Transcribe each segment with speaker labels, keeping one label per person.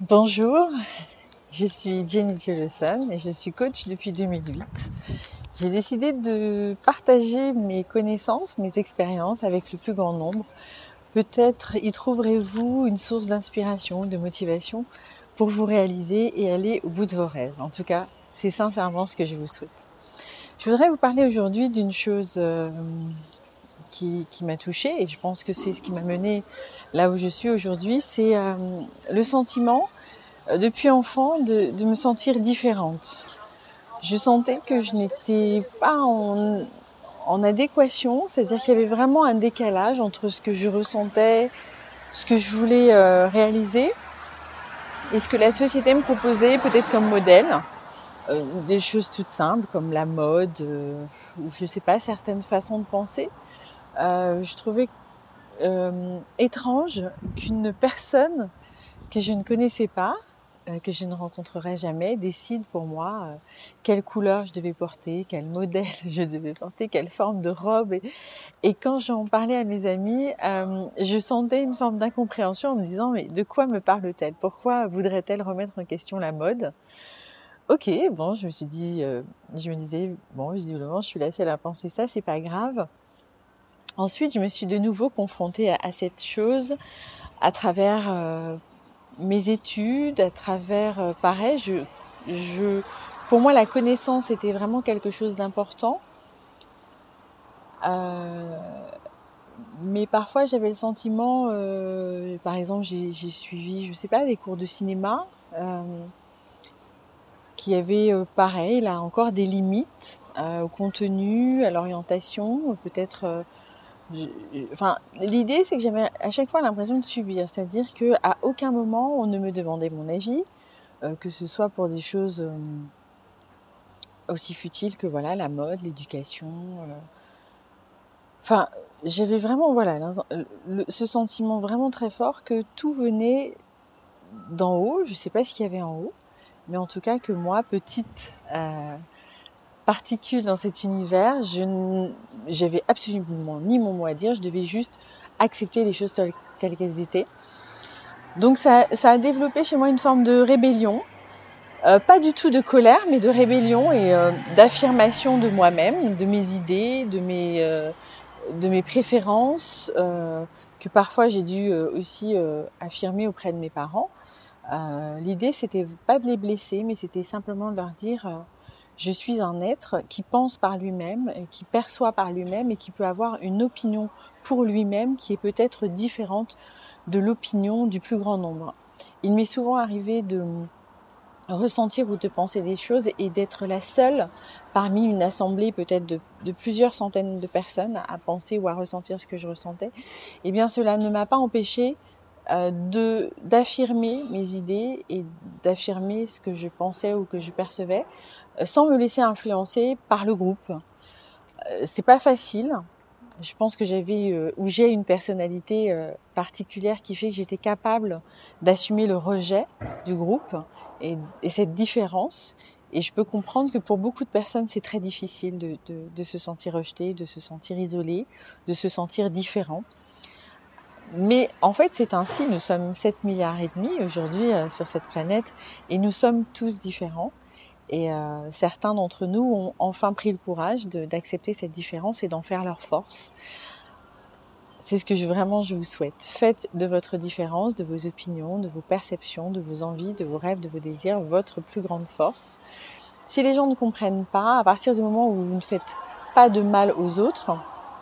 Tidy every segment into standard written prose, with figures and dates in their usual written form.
Speaker 1: Bonjour, je suis Jenny Jolson et je suis coach depuis 2008. J'ai décidé de partager mes connaissances, mes expériences avec le plus grand nombre. Peut-être y trouverez-vous une source d'inspiration, de motivation pour vous réaliser et aller au bout de vos rêves. En tout cas, c'est sincèrement ce que je vous souhaite. Je voudrais vous parler aujourd'hui d'une chose qui m'a touchée et je pense que c'est ce qui m'a menée là où je suis aujourd'hui, c'est le sentiment depuis enfant de me sentir différente. Je sentais que je n'étais pas en adéquation, c'est-à-dire qu'il y avait vraiment un décalage entre ce que je ressentais, ce que je voulais réaliser et ce que la société me proposait peut-être comme modèle. Des choses toutes simples comme la mode ou je sais pas, certaines façons de penser. Je trouvais étrange qu'une personne que je ne connaissais pas, que je ne rencontrerai jamais, décide pour moi quelle couleur je devais porter, quel modèle je devais porter, quelle forme de robe. Et quand j'en parlais à mes amis, je sentais une forme d'incompréhension en me disant « mais de quoi me parle-t-elle ? Pourquoi voudrait-elle remettre en question la mode ?» Ok, bon, je me disais, bon, visiblement, je suis la seule à penser ça, c'est pas grave. Ensuite, je me suis de nouveau confrontée à cette chose à travers mes études, à travers, pareil, pour moi, la connaissance était vraiment quelque chose d'important. Mais parfois, j'avais le sentiment, par exemple, j'ai suivi, je sais pas, des cours de cinéma, qui avaient, pareil, là encore, des limites au contenu, à l'orientation, peut-être. Enfin, l'idée, c'est que j'avais à chaque fois l'impression de subir, c'est-à-dire que à aucun moment on ne me demandait mon avis, que ce soit pour des choses aussi futiles que voilà la mode, l'éducation. Enfin, j'avais vraiment voilà ce sentiment vraiment très fort que tout venait d'en haut. Je sais pas ce qu'il y avait en haut, mais en tout cas que moi, petite particule dans cet univers, j'avais absolument ni mon mot à dire. Je devais juste accepter les choses telles qu'elles étaient. Donc ça a développé chez moi une forme de rébellion. Pas du tout de colère, mais de rébellion et d'affirmation de moi-même, de mes idées, de mes préférences, que parfois j'ai dû aussi affirmer auprès de mes parents. L'idée, c'était pas de les blesser, mais c'était simplement de leur dire je suis un être qui pense par lui-même, qui perçoit par lui-même et qui peut avoir une opinion pour lui-même qui est peut-être différente de l'opinion du plus grand nombre. Il m'est souvent arrivé de ressentir ou de penser des choses et d'être la seule parmi une assemblée peut-être de plusieurs centaines de personnes à penser ou à ressentir ce que je ressentais. Eh bien, cela ne m'a pas empêché d'affirmer mes idées et d'affirmer ce que je pensais ou que je percevais sans me laisser influencer par le groupe. C'est pas facile. Je pense que j'ai une personnalité particulière qui fait que j'étais capable d'assumer le rejet du groupe et cette différence. Et je peux comprendre que pour beaucoup de personnes, c'est très difficile de se sentir rejeté, de se sentir isolé, de se sentir différent. Mais en fait, c'est ainsi. Nous sommes 7 milliards et demi aujourd'hui sur cette planète et nous sommes tous différents. Et certains d'entre nous ont enfin pris le courage d'accepter cette différence et d'en faire leur force. C'est ce que je vous souhaite. Faites de votre différence, de vos opinions, de vos perceptions, de vos envies, de vos rêves, de vos désirs, votre plus grande force. Si les gens ne comprennent pas, à partir du moment où vous ne faites pas de mal aux autres,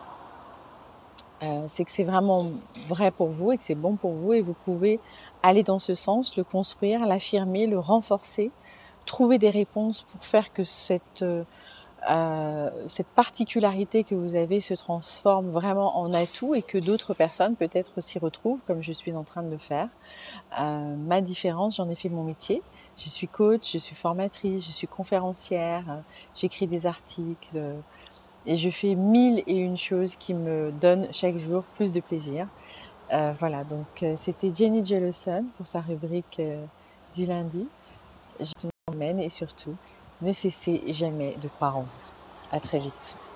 Speaker 1: c'est que c'est vraiment vrai pour vous et que c'est bon pour vous et vous pouvez aller dans ce sens, le construire, l'affirmer, le renforcer, trouver des réponses pour faire que cette particularité que vous avez se transforme vraiment en atout et que d'autres personnes peut-être s'y retrouvent comme je suis en train de le faire. Ma différence, j'en ai fait mon métier. Je suis coach, je suis formatrice, je suis conférencière, j'écris des articles et je fais 1001 choses qui me donnent chaque jour plus de plaisir. Voilà, donc c'était Jenny Jolson pour sa rubrique du lundi. Je vous emmène et surtout, ne cessez jamais de croire en vous. À très vite.